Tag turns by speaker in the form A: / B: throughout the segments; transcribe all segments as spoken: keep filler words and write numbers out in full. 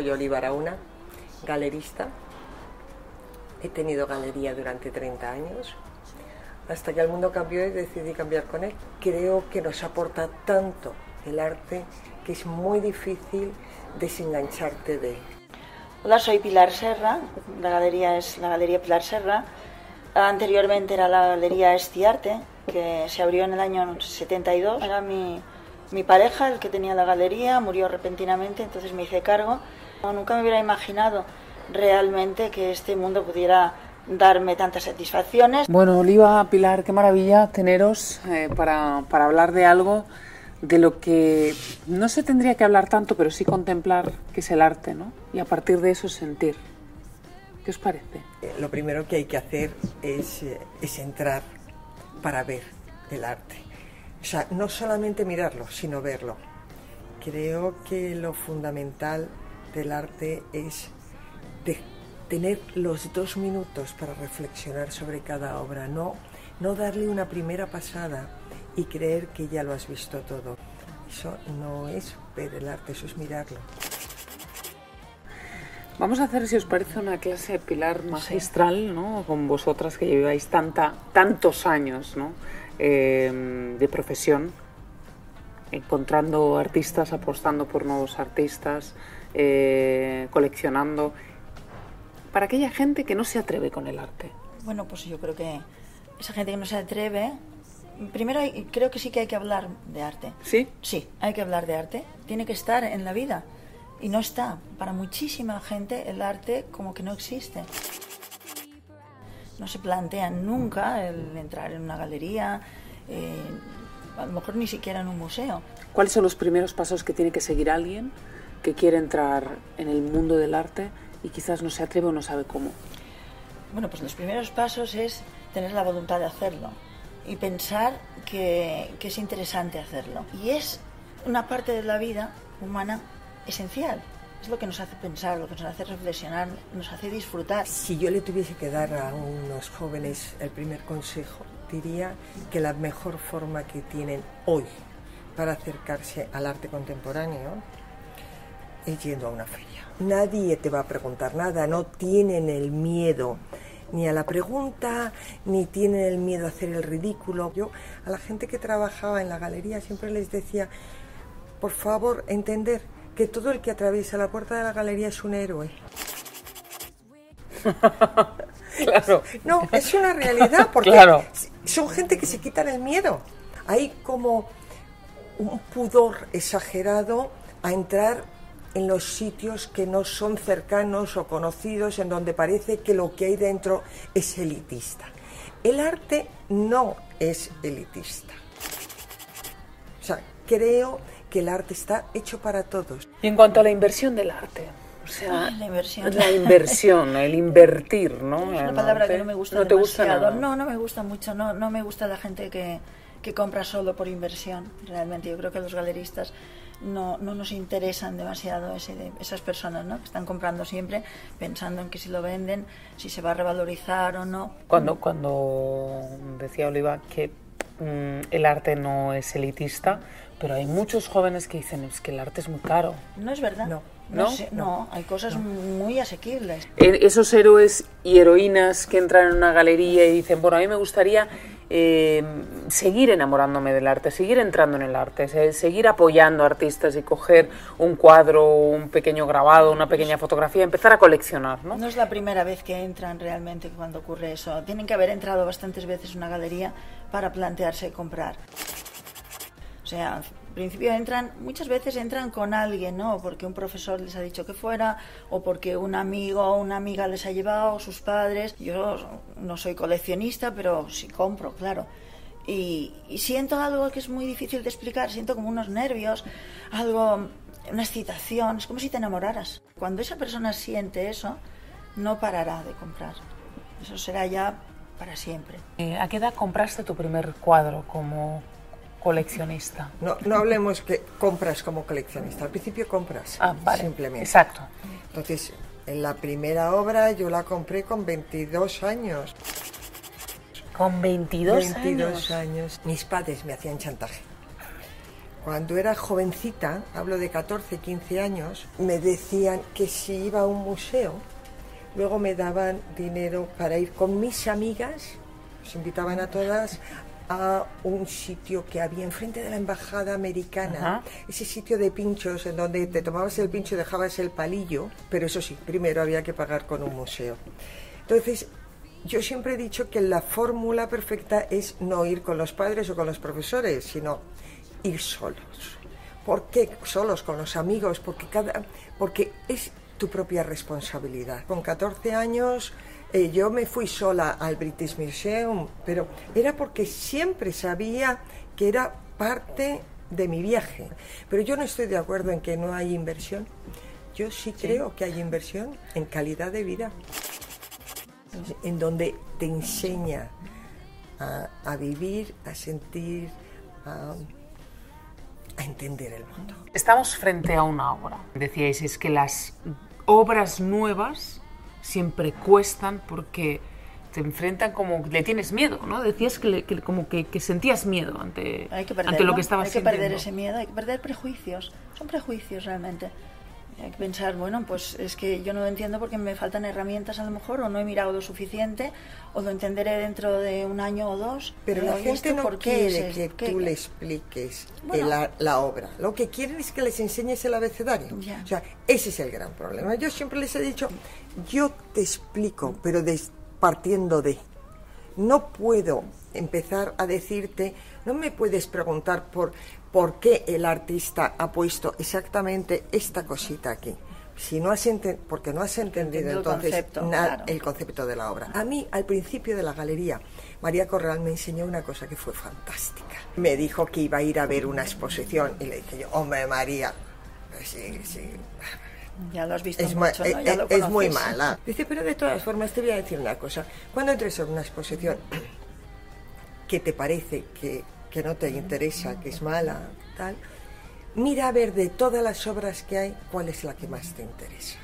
A: Soy Oliva Arauna, galerista. He tenido galería durante treinta años, hasta que el mundo cambió y decidí cambiar con él. Creo que nos aporta tanto el arte que es muy difícil desengancharte de él.
B: Hola, soy Pilar Serra, la galería es la Galería Pilar Serra. Anteriormente era la Galería Estiarte, que se abrió en el año setenta y dos. Era mi, mi pareja el que tenía la galería, murió repentinamente, entonces me hice cargo. No, nunca me hubiera imaginado realmente que este mundo pudiera darme tantas satisfacciones.
C: Bueno, Oliva, Pilar, qué maravilla teneros eh, para, para hablar de algo de lo que no se tendría que hablar tanto, pero sí contemplar, que es el arte, ¿no? Y a partir de eso sentir. ¿Qué os parece?
A: Lo primero que hay que hacer es, es entrar para ver el arte. O sea, no solamente mirarlo, sino verlo. Creo que lo fundamental del arte es de tener los dos minutos para reflexionar sobre cada obra, no, no darle una primera pasada y creer que ya lo has visto todo. Eso no es ver el arte, eso es mirarlo.
C: Vamos a hacer, si os parece, una clase, Pilar, magistral, ¿no? Con vosotras que lleváis tanta, tantos años, ¿no? eh, de profesión, encontrando artistas, apostando por nuevos artistas, eh, coleccionando. Para aquella gente que no se atreve con el arte.
B: Bueno, pues yo creo que esa gente que no se atreve, primero hay, creo que sí que hay que hablar de arte.
C: ¿Sí?
B: Sí, hay que hablar de arte. Tiene que estar en la vida. Y no está. Para muchísima gente el arte como que no existe. No se plantean nunca el entrar en una galería, eh, a lo mejor ni siquiera en un museo.
C: ¿Cuáles son los primeros pasos que tiene que seguir alguien que quiere entrar en el mundo del arte y quizás no se atreve o no sabe cómo?
B: Bueno, pues los primeros pasos es tener la voluntad de hacerlo y pensar que, que es interesante hacerlo. Y es una parte de la vida humana esencial. Es lo que nos hace pensar, lo que nos hace reflexionar, nos hace disfrutar.
A: Si yo le tuviese que dar a unos jóvenes el primer consejo, diría que la mejor forma que tienen hoy para acercarse al arte contemporáneo es yendo a una feria. Nadie te va a preguntar nada, no tienen el miedo ni a la pregunta, ni tienen el miedo a hacer el ridículo. Yo a la gente que trabajaba en la galería siempre les decía, por favor, entender que todo el que atraviesa la puerta de la galería es un héroe.
C: Claro.
A: No, es una realidad, porque
C: claro.
A: Son gente que se quitan el miedo. Hay como un pudor exagerado a entrar en los sitios que no son cercanos o conocidos, en donde parece que lo que hay dentro es elitista. El arte no es elitista. O sea, creo que el arte está hecho para todos.
C: Y en cuanto a la inversión del arte, o sea,
B: Ay, la inversión,
C: la inversión, el invertir, ¿no?
B: Es una palabra que no me gusta
C: ¿No te
B: demasiado.
C: gusta nada?
B: No, no me gusta mucho. No, no me gusta la gente que, que compra solo por inversión. Realmente, yo creo que los galeristas no, no nos interesan demasiado ese de, esas personas, ¿no? Que están comprando siempre pensando en que si lo venden, si se va a revalorizar o no.
C: Cuando, cuando decía Oliva que mmm, el arte no es elitista, pero hay muchos jóvenes que dicen es que el arte es muy caro.
B: No es verdad.
A: No.
B: No,
C: ¿No?
B: sé, no, no, hay cosas no. muy asequibles.
C: Esos héroes y heroínas que entran en una galería y dicen, bueno, a mí me gustaría eh, seguir enamorándome del arte, seguir entrando en el arte, seguir apoyando a artistas y coger un cuadro, un pequeño grabado, una pequeña fotografía, empezar a coleccionar, ¿no?
B: No es la primera vez que entran realmente cuando ocurre eso. Tienen que haber entrado bastantes veces en una galería para plantearse comprar. O sea, al principio entran, muchas veces entran con alguien, ¿no? Porque un profesor les ha dicho que fuera, o porque un amigo o una amiga les ha llevado, o sus padres. Yo no soy coleccionista, pero sí compro, claro. Y, y siento algo que es muy difícil de explicar, siento como unos nervios, algo, una excitación, es como si te enamoraras. Cuando esa persona siente eso, no parará de comprar. Eso será ya para siempre.
C: ¿A qué edad compraste tu primer cuadro como coleccionista?
A: No, no hablemos que compras como coleccionista. Al principio compras,
C: ah, vale.
A: simplemente.
C: Exacto.
A: Entonces, en la primera obra yo la compré con veintidós años.
C: ¿Con veintidós,
A: veintidós
C: años?
A: años. Mis padres me hacían chantaje. Cuando era jovencita, hablo de catorce, quince años, me decían que si iba a un museo, luego me daban dinero para ir con mis amigas, nos invitaban a todas a un sitio que había enfrente de la embajada americana, Ajá. ese sitio de pinchos en donde te tomabas el pincho y dejabas el palillo, pero eso sí, primero había que pagar con un museo. Entonces, yo siempre he dicho que la fórmula perfecta es no ir con los padres o con los profesores, sino ir solos. ¿Por qué solos? Con los amigos, porque, cada, porque es tu propia responsabilidad. Con catorce años... Eh, yo me fui sola al British Museum, pero era porque siempre sabía que era parte de mi viaje. Pero yo no estoy de acuerdo en que no hay inversión. Yo sí, sí. creo que hay inversión en calidad de vida, en donde te enseña a, a vivir, a sentir, a, a entender el mundo.
C: Estamos frente a una obra. Decíais, es que las obras nuevas siempre cuestan porque te enfrentan como le tienes miedo, ¿no? Decías que, le, que como que, que sentías miedo ante,
B: hay que
C: ante lo que estabas
B: hay que
C: sintiendo.
B: Perder ese miedo, hay que perder prejuicios. Son prejuicios realmente. Hay que pensar, bueno, pues es que yo no lo entiendo porque me faltan herramientas a lo mejor, o no he mirado lo suficiente, o lo entenderé dentro de un año o dos.
A: Pero la gente no quiere que
B: ¿Qué?
A: tú le expliques
B: bueno,
A: la, la obra. Lo que quieren es que les enseñes el abecedario.
B: Ya.
A: O sea, ese es el gran problema. Yo siempre les he dicho, yo te explico, pero des, partiendo de... No puedo empezar a decirte, no me puedes preguntar por... ¿Por qué el artista ha puesto exactamente esta cosita aquí? Si no has enten- porque no has entendido
B: el
A: entonces
B: concepto,
A: na-
B: claro.
A: el concepto de la obra. A mí, al principio de la galería, María Corral me enseñó una cosa que fue fantástica. Me dijo que iba a ir a ver una exposición y le dije yo, hombre María, sí, sí.
B: Ya lo has visto
A: Es,
B: mucho,
A: ma-
B: ¿no? Ya
A: es,
B: lo
A: es muy
B: conoces.
A: mala. Dice, pero de todas formas te voy a decir una cosa. Cuando entres en una exposición que te parece que que no te interesa, que es mala, tal, mira a ver de todas las obras que hay, cuál es la que más te interesa.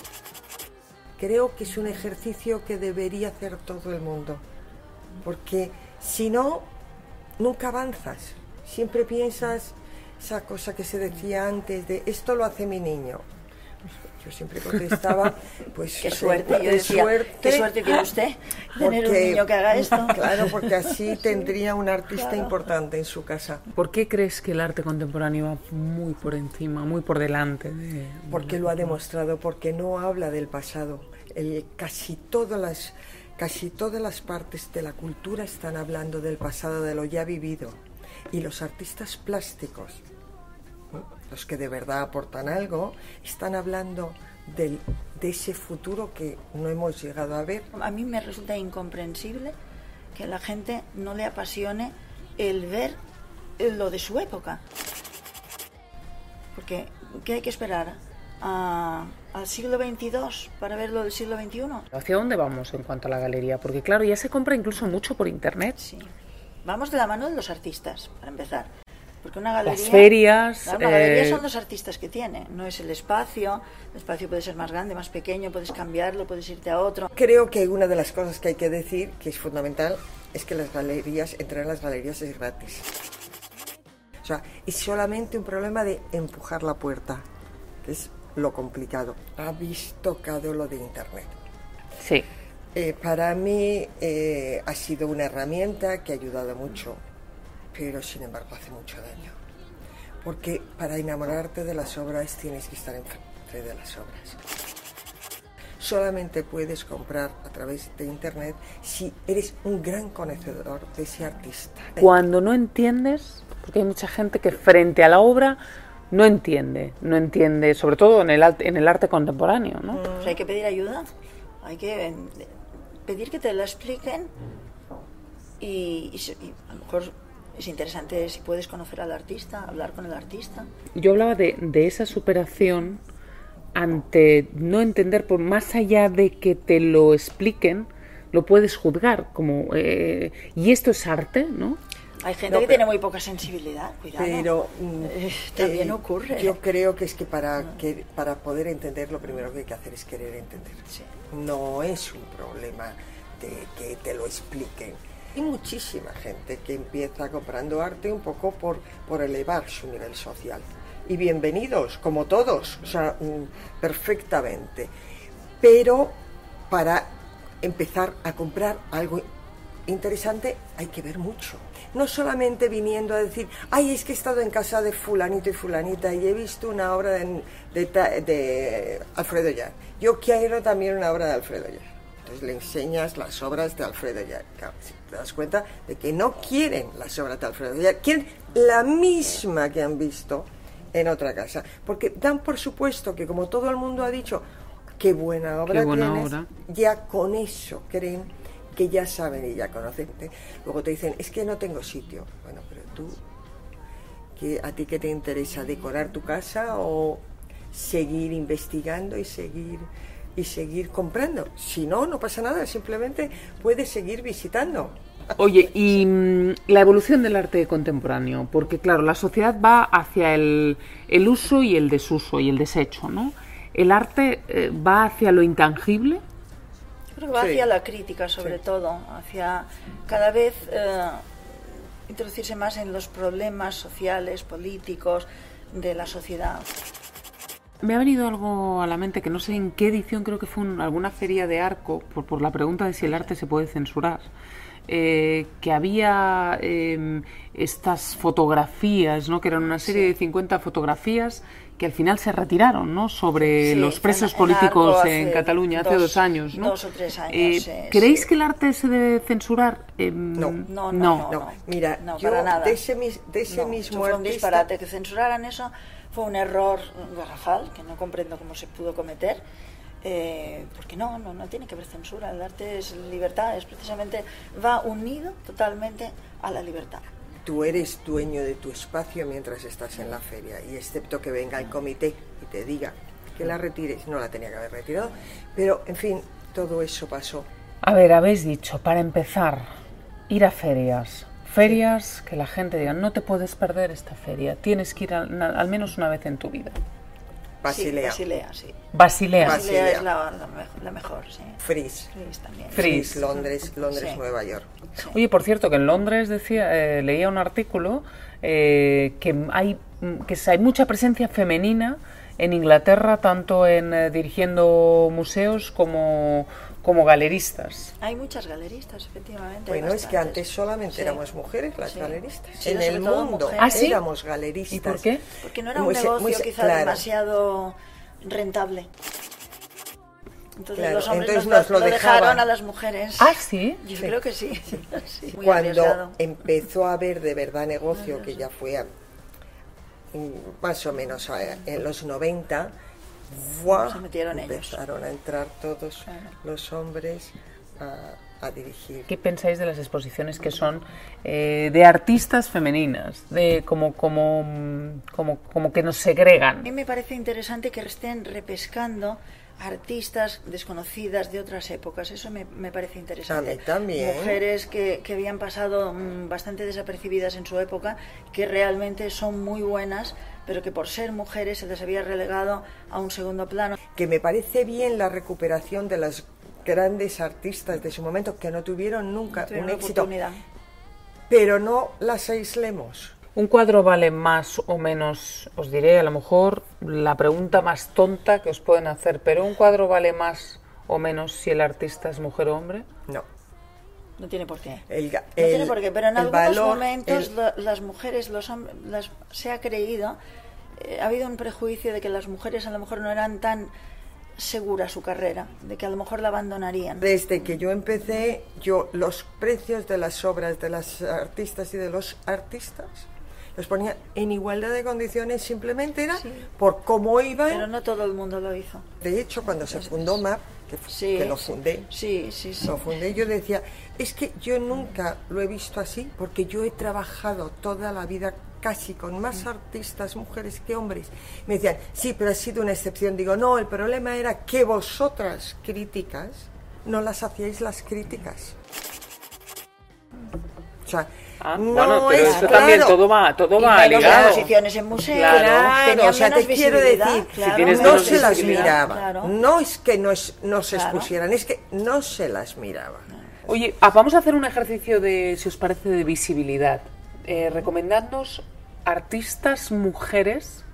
A: Creo que es un ejercicio que debería hacer todo el mundo, porque si no, nunca avanzas. Siempre piensas esa cosa que se decía antes de esto lo hace mi niño. Yo siempre contestaba, pues...
B: Qué suerte,
A: qué
B: yo decía,
A: suerte,
B: qué suerte tiene usted tener
A: porque,
B: un niño que haga esto.
A: Claro, porque así tendría un artista
B: Claro.
A: importante en su casa.
C: ¿Por qué crees que el arte contemporáneo va muy por encima, muy por delante? De, de
A: Porque lo ha demostrado, porque no habla del pasado. El, casi todas las, casi todas las partes de la cultura están hablando del pasado, de lo ya vivido. Y los artistas plásticos, los que de verdad aportan algo, están hablando del, de ese futuro que no hemos llegado a ver.
B: A mí me resulta incomprensible que la gente no le apasione el ver lo de su época. Porque, ¿qué hay que esperar? ¿A, ¿Al siglo veintidós para ver lo del siglo veintiuno?
C: ¿Hacia dónde vamos en cuanto a la galería? Porque claro, ya se compra incluso mucho por internet.
B: Sí. Vamos de la mano de los artistas, para empezar. Porque una galería,
C: las ferias...
B: Claro, una galería
C: eh...
B: son los artistas que tiene, no es el espacio. El espacio puede ser más grande, más pequeño, puedes cambiarlo, puedes irte a otro.
A: Creo que una de las cosas que hay que decir, que es fundamental, es que las galerías, entrar en las galerías es gratis. O sea, es solamente un problema de empujar la puerta, que es lo complicado. Habéis tocado lo de Internet.
C: Sí.
A: Eh, para mí eh, ha sido una herramienta que ha ayudado mucho, pero sin embargo hace mucho daño. Porque para enamorarte de las obras tienes que estar enfrente de las obras. Solamente puedes comprar a través de Internet si eres un gran conocedor de ese artista.
C: Cuando no entiendes, porque hay mucha gente que frente a la obra no entiende, no entiende, sobre todo en el, en el arte contemporáneo, ¿no?
B: Pues hay que pedir ayuda, hay que pedir que te lo expliquen y, y, y a lo mejor es interesante si puedes conocer al artista, hablar con el artista.
C: Yo hablaba de, de esa superación ante no entender, por más allá de que te lo expliquen, lo puedes juzgar como eh, y esto es arte, ¿no?
B: Hay gente
A: No,
B: que
A: pero,
B: tiene muy poca sensibilidad, cuidado.
A: Pero
B: eh, también
A: eh,
B: ocurre.
A: Yo creo que es que para, no. que para poder entender lo primero que hay que hacer es querer entender.
B: Sí.
A: No es un problema de que te lo expliquen. Hay muchísima gente que empieza comprando arte un poco por, por elevar su nivel social. Y bienvenidos, como todos, o sea, perfectamente. Pero para empezar a comprar algo interesante hay que ver mucho. No solamente viniendo a decir, ay, es que he estado en casa de fulanito y fulanita y he visto una obra de, de, de Alfredo Yar. Yo quiero también una obra de Alfredo Yar. Entonces le enseñas las obras de Alfredo Yar. Claro, si te das cuenta de que no quieren las obras de Alfredo Yar, quieren la misma que han visto en otra casa. Porque dan por supuesto que, como todo el mundo ha dicho, qué buena obra
C: qué buena
A: tienes,
C: obra.
A: Ya con eso creen que ya saben y ya conocen. Luego te dicen, es que no tengo sitio. Bueno, pero tú, ¿qué, ¿a ti qué te interesa? ¿Decorar tu casa o seguir investigando y seguir y seguir comprando? Si no, no pasa nada, simplemente puedes seguir visitando.
C: Oye, y mmm, la evolución del arte contemporáneo, porque claro, la sociedad va hacia el, el uso y el desuso y el desecho, ¿no? ¿El arte eh, va hacia lo intangible?
B: Creo que va sí. hacia la crítica, sobre sí. todo, hacia cada vez eh, introducirse más en los problemas sociales, políticos de la sociedad.
C: Me ha venido algo a la mente que no sé en qué edición, creo que fue en alguna feria de Arco, por, por la pregunta de si el arte se puede censurar, eh, que había eh, estas fotografías, ¿no? Que eran una serie sí. de cincuenta fotografías que al final se retiraron, ¿no? Sobre sí, los presos en, políticos en, en Cataluña dos, hace dos años, ¿no?
B: Dos o tres años.
C: Eh,
B: sí,
C: ¿Creéis
B: sí.
C: que el arte se debe censurar? Eh,
A: no.
B: No, no, no,
A: no,
B: no.
A: Mira,
B: no,
A: yo
B: para nada.
A: de ese, de ese
B: no,
A: mismo
B: fue un
A: artista...
B: disparate. Que censuraran eso fue un error garrafal, que no comprendo cómo se pudo cometer. Eh, porque no, no, no tiene que haber censura. El arte es libertad, es precisamente, va unido totalmente a la libertad.
A: Tú eres dueño de tu espacio mientras estás en la feria, y excepto que venga el comité y te diga que la retires, no la tenía que haber retirado, pero en fin, todo eso pasó.
C: A ver, habéis dicho, para empezar, ir a ferias, ferias que la gente diga, no te puedes perder esta feria, tienes que ir a, na, al menos una vez en tu vida.
A: Basilea.
B: Sí, Basilea, sí.
C: Basilea.
B: Basilea es la, la, la mejor, sí.
A: Frieze.
B: Frieze también.
A: Frieze, Londres, Londres, sí. Nueva York.
C: Sí. Oye, por cierto, que en Londres decía, eh, leía un artículo eh, que hay que hay mucha presencia femenina en Inglaterra, tanto en eh, dirigiendo museos como como galeristas.
B: Hay muchas galeristas, efectivamente.
A: Bueno, es que antes solamente sí. éramos mujeres las sí. galeristas.
B: Sí,
A: en el mundo
C: ¿Ah, sí?
A: éramos galeristas.
C: ¿Y por qué?
B: Porque no era un
A: muy,
B: negocio
A: muy,
B: quizá
A: claro.
B: demasiado rentable. Entonces
A: claro,
B: los hombres
A: entonces
B: nos,
A: nos lo,
B: lo dejaron a las mujeres.
C: ¿Ah, sí?
B: Yo
A: sí.
B: creo que sí. sí. Muy
A: Cuando
B: arriesgado.
A: empezó a haber de verdad negocio, que ya fue a, más o menos a, en los noventa, ¡buah!
B: Se metieron
A: empezaron
B: ellos.
A: a entrar todos
B: claro.
A: los hombres a, a dirigir.
C: ¿Qué pensáis de las exposiciones que son eh, de artistas femeninas, de como como como como que nos segregan?
B: A mí me parece interesante que estén repescando artistas desconocidas de otras épocas, eso me, me parece interesante.
A: A mí también.
B: Mujeres que, que habían pasado mmm, bastante desapercibidas en su época, que realmente son muy buenas, pero que por ser mujeres se les había relegado a un segundo plano.
A: Que me parece bien la recuperación de las grandes artistas de su momento, que no tuvieron nunca
B: no tuvieron
A: un éxito,
B: oportunidad.
A: Pero no las aislemos.
C: Un cuadro vale más o menos, os diré a lo mejor la pregunta más tonta que os pueden hacer, pero ¿un cuadro vale más o menos si el artista es mujer o hombre?
A: No.
B: No tiene por qué.
A: El,
B: no
A: el,
B: tiene por qué, pero en algunos
A: valor,
B: momentos
A: el...
B: lo, las mujeres, los hombres, las, se ha creído, eh, ha habido un prejuicio de que las mujeres a lo mejor no eran tan segura su carrera, de que a lo mejor la abandonarían.
A: Desde que yo empecé, yo los precios de las obras de las artistas y de los artistas los ponía en igualdad de condiciones, simplemente era sí. por cómo iban.
B: Pero no todo el mundo lo hizo.
A: De hecho, cuando se fundó M A P, que,
B: sí,
A: que lo fundé,
B: sí, sí, sí.
A: lo fundé, yo decía, es que yo nunca lo he visto así, porque yo he trabajado toda la vida casi con más artistas mujeres que hombres. Me decían, sí, pero ha sido una excepción. Digo, no, el problema era que vosotras críticas no las hacíais las críticas. O sea,
C: ah,
A: no
C: bueno, pero
A: es
C: eso
A: claro.
C: también todo va, todo
B: y
C: va ligado.
B: exposiciones en museos,
C: claro,
A: claro, o sea, te quiero decir,
B: claro,
C: si
A: no se las
C: visibilidad,
A: miraba,
B: claro.
A: no es que no, es, no se
B: claro.
A: expusieran, es que no se las miraba.
C: Oye, ah, vamos a hacer un ejercicio de, si os parece, de visibilidad. Eh, recomendadnos artistas mujeres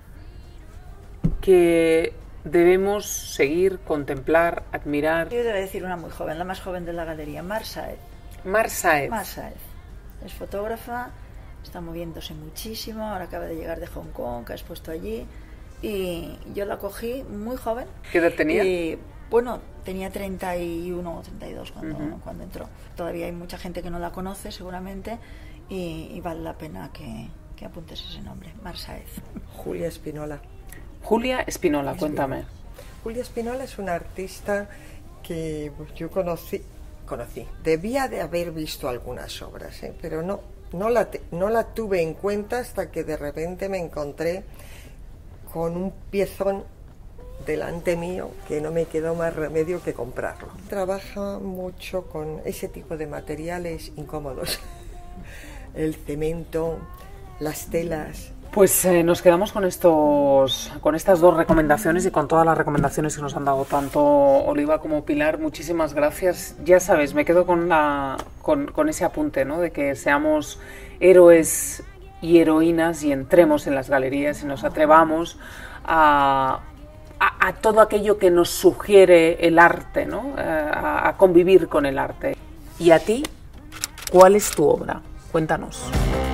C: que debemos seguir, contemplar, admirar.
B: Yo te voy a decir una muy joven, la más joven de la galería, Mar Saez.
C: Mar Saez.
B: Mar Saez. Es fotógrafa, está moviéndose muchísimo, ahora acaba de llegar de Hong Kong, que has puesto allí. Y yo la cogí muy joven.
C: ¿Qué edad tenía?
B: Y, bueno, tenía treinta y uno o treinta y dos cuando,
C: uh-huh.
B: cuando entró. Todavía hay mucha gente que no la conoce, seguramente, y, y vale la pena que, que apuntes ese nombre, Mar Saez.
A: Julia Espinola.
C: Julia Espinola, cuéntame.
A: Julia Espinola es una artista que pues, yo conocí, conocí. Debía de haber visto algunas obras, ¿eh? Pero no, no, la te, no la tuve en cuenta hasta que de repente me encontré con un piezón delante mío que no me quedó más remedio que comprarlo. Trabaja mucho con ese tipo de materiales incómodos. El cemento, las telas.
C: Pues eh, nos quedamos con estos, con estas dos recomendaciones y con todas las recomendaciones que nos han dado tanto Oliva como Pilar. Muchísimas gracias. Ya sabes, me quedo con, la, con, con ese apunte, ¿no? De que seamos héroes y heroínas y entremos en las galerías y nos atrevamos a, a, a todo aquello que nos sugiere el arte, ¿no? A, a convivir con el arte. ¿Y a ti? ¿Cuál es tu obra? Cuéntanos.